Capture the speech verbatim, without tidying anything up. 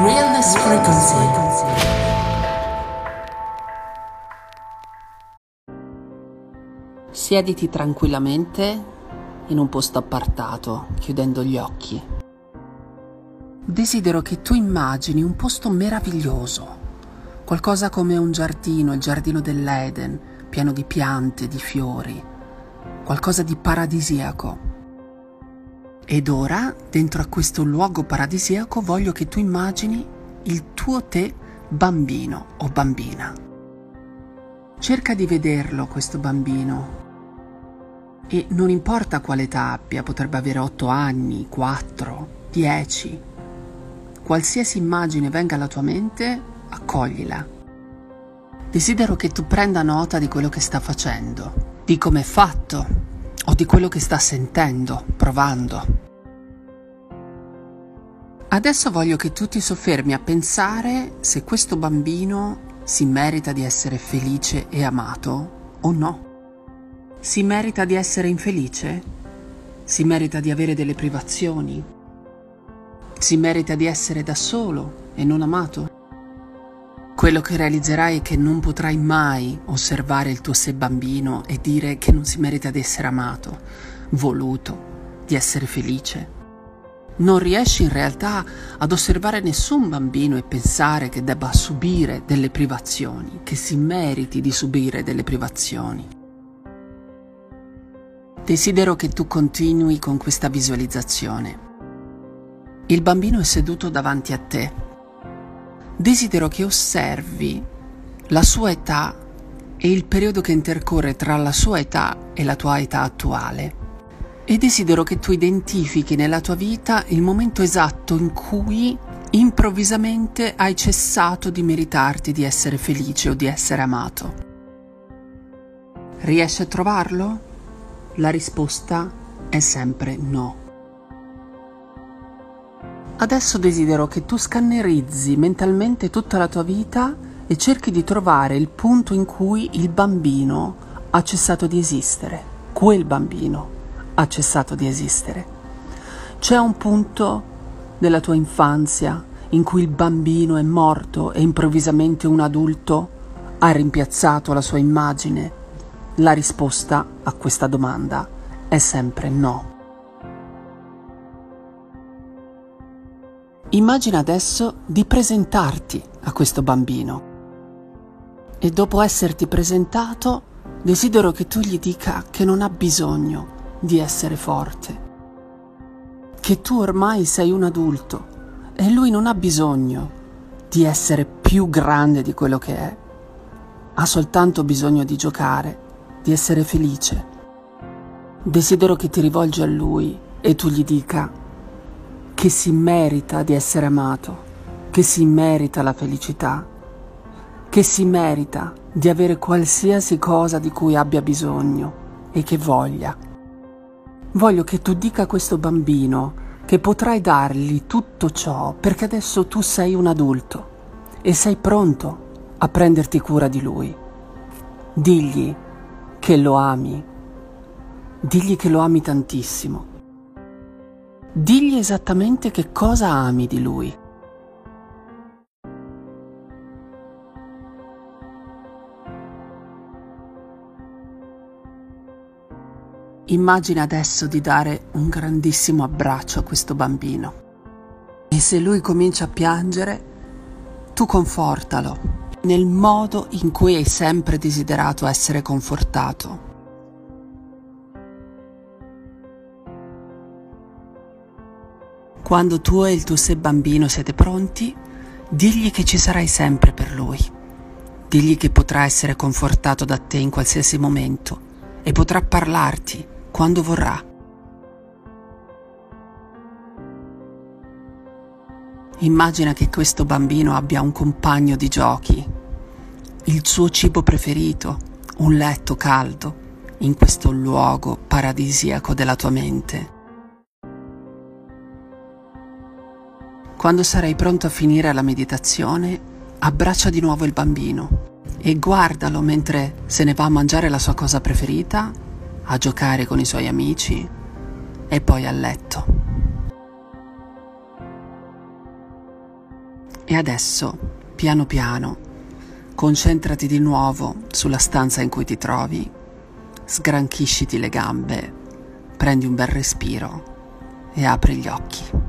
Realness Frequency. Siediti tranquillamente in un posto appartato, chiudendo gli occhi. Desidero che tu immagini un posto meraviglioso, qualcosa come un giardino, il giardino dell'Eden, pieno di piante, di fiori, qualcosa di paradisiaco. Ed ora, dentro a questo luogo paradisiaco, voglio che tu immagini il tuo te bambino o bambina. Cerca di vederlo, questo bambino. E non importa quale età abbia, potrebbe avere otto anni, quattro, dieci. Qualsiasi immagine venga alla tua mente, accoglila. Desidero che tu prenda nota di quello che sta facendo, di come è fatto o di quello che sta sentendo, provando. Adesso voglio che tu ti soffermi a pensare se questo bambino si merita di essere felice e amato o no. Si merita di essere infelice? Si merita di avere delle privazioni? Si merita di essere da solo e non amato? Quello che realizzerai è che non potrai mai osservare il tuo sé bambino e dire che non si merita di essere amato, voluto, di essere felice. Non riesci in realtà ad osservare nessun bambino e pensare che debba subire delle privazioni, che si meriti di subire delle privazioni. Desidero che tu continui con questa visualizzazione. Il bambino è seduto davanti a te. Desidero che osservi la sua età e il periodo che intercorre tra la sua età e la tua età attuale. E desidero che tu identifichi nella tua vita il momento esatto in cui improvvisamente hai cessato di meritarti di essere felice o di essere amato. Riesci a trovarlo? La risposta è sempre no. Adesso desidero che tu scannerizzi mentalmente tutta la tua vita e cerchi di trovare il punto in cui il bambino ha cessato di esistere. Quel bambino ha cessato di esistere. C'è un punto della tua infanzia in cui il bambino è morto e improvvisamente un adulto ha rimpiazzato la sua immagine? La risposta a questa domanda è sempre no. Immagina adesso di presentarti a questo bambino e dopo esserti presentato desidero che tu gli dica che non ha bisogno di essere forte, che tu ormai sei un adulto e lui non ha bisogno di essere più grande di quello che è, ha soltanto bisogno di giocare, di essere felice. Desidero che ti rivolgi a lui e tu gli dica che si merita di essere amato, che si merita la felicità, che si merita di avere qualsiasi cosa di cui abbia bisogno e che voglia. Voglio che tu dica a questo bambino che potrai dargli tutto ciò perché adesso tu sei un adulto e sei pronto a prenderti cura di lui. Digli che lo ami, digli che lo ami tantissimo. Digli esattamente che cosa ami di lui. Immagina adesso di dare un grandissimo abbraccio a questo bambino e se lui comincia a piangere, tu confortalo nel modo in cui hai sempre desiderato essere confortato. Quando tu e il tuo sé bambino siete pronti, digli che ci sarai sempre per lui. Digli che potrà essere confortato da te in qualsiasi momento e potrà parlarti quando vorrà. Immagina che questo bambino abbia un compagno di giochi, il suo cibo preferito, un letto caldo, in questo luogo paradisiaco della tua mente. Quando sarai pronto a finire la meditazione, abbraccia di nuovo il bambino e guardalo mentre se ne va a mangiare la sua cosa preferita, a giocare con i suoi amici e poi a letto. E adesso, piano piano, concentrati di nuovo sulla stanza in cui ti trovi, sgranchisciti le gambe, prendi un bel respiro e apri gli occhi.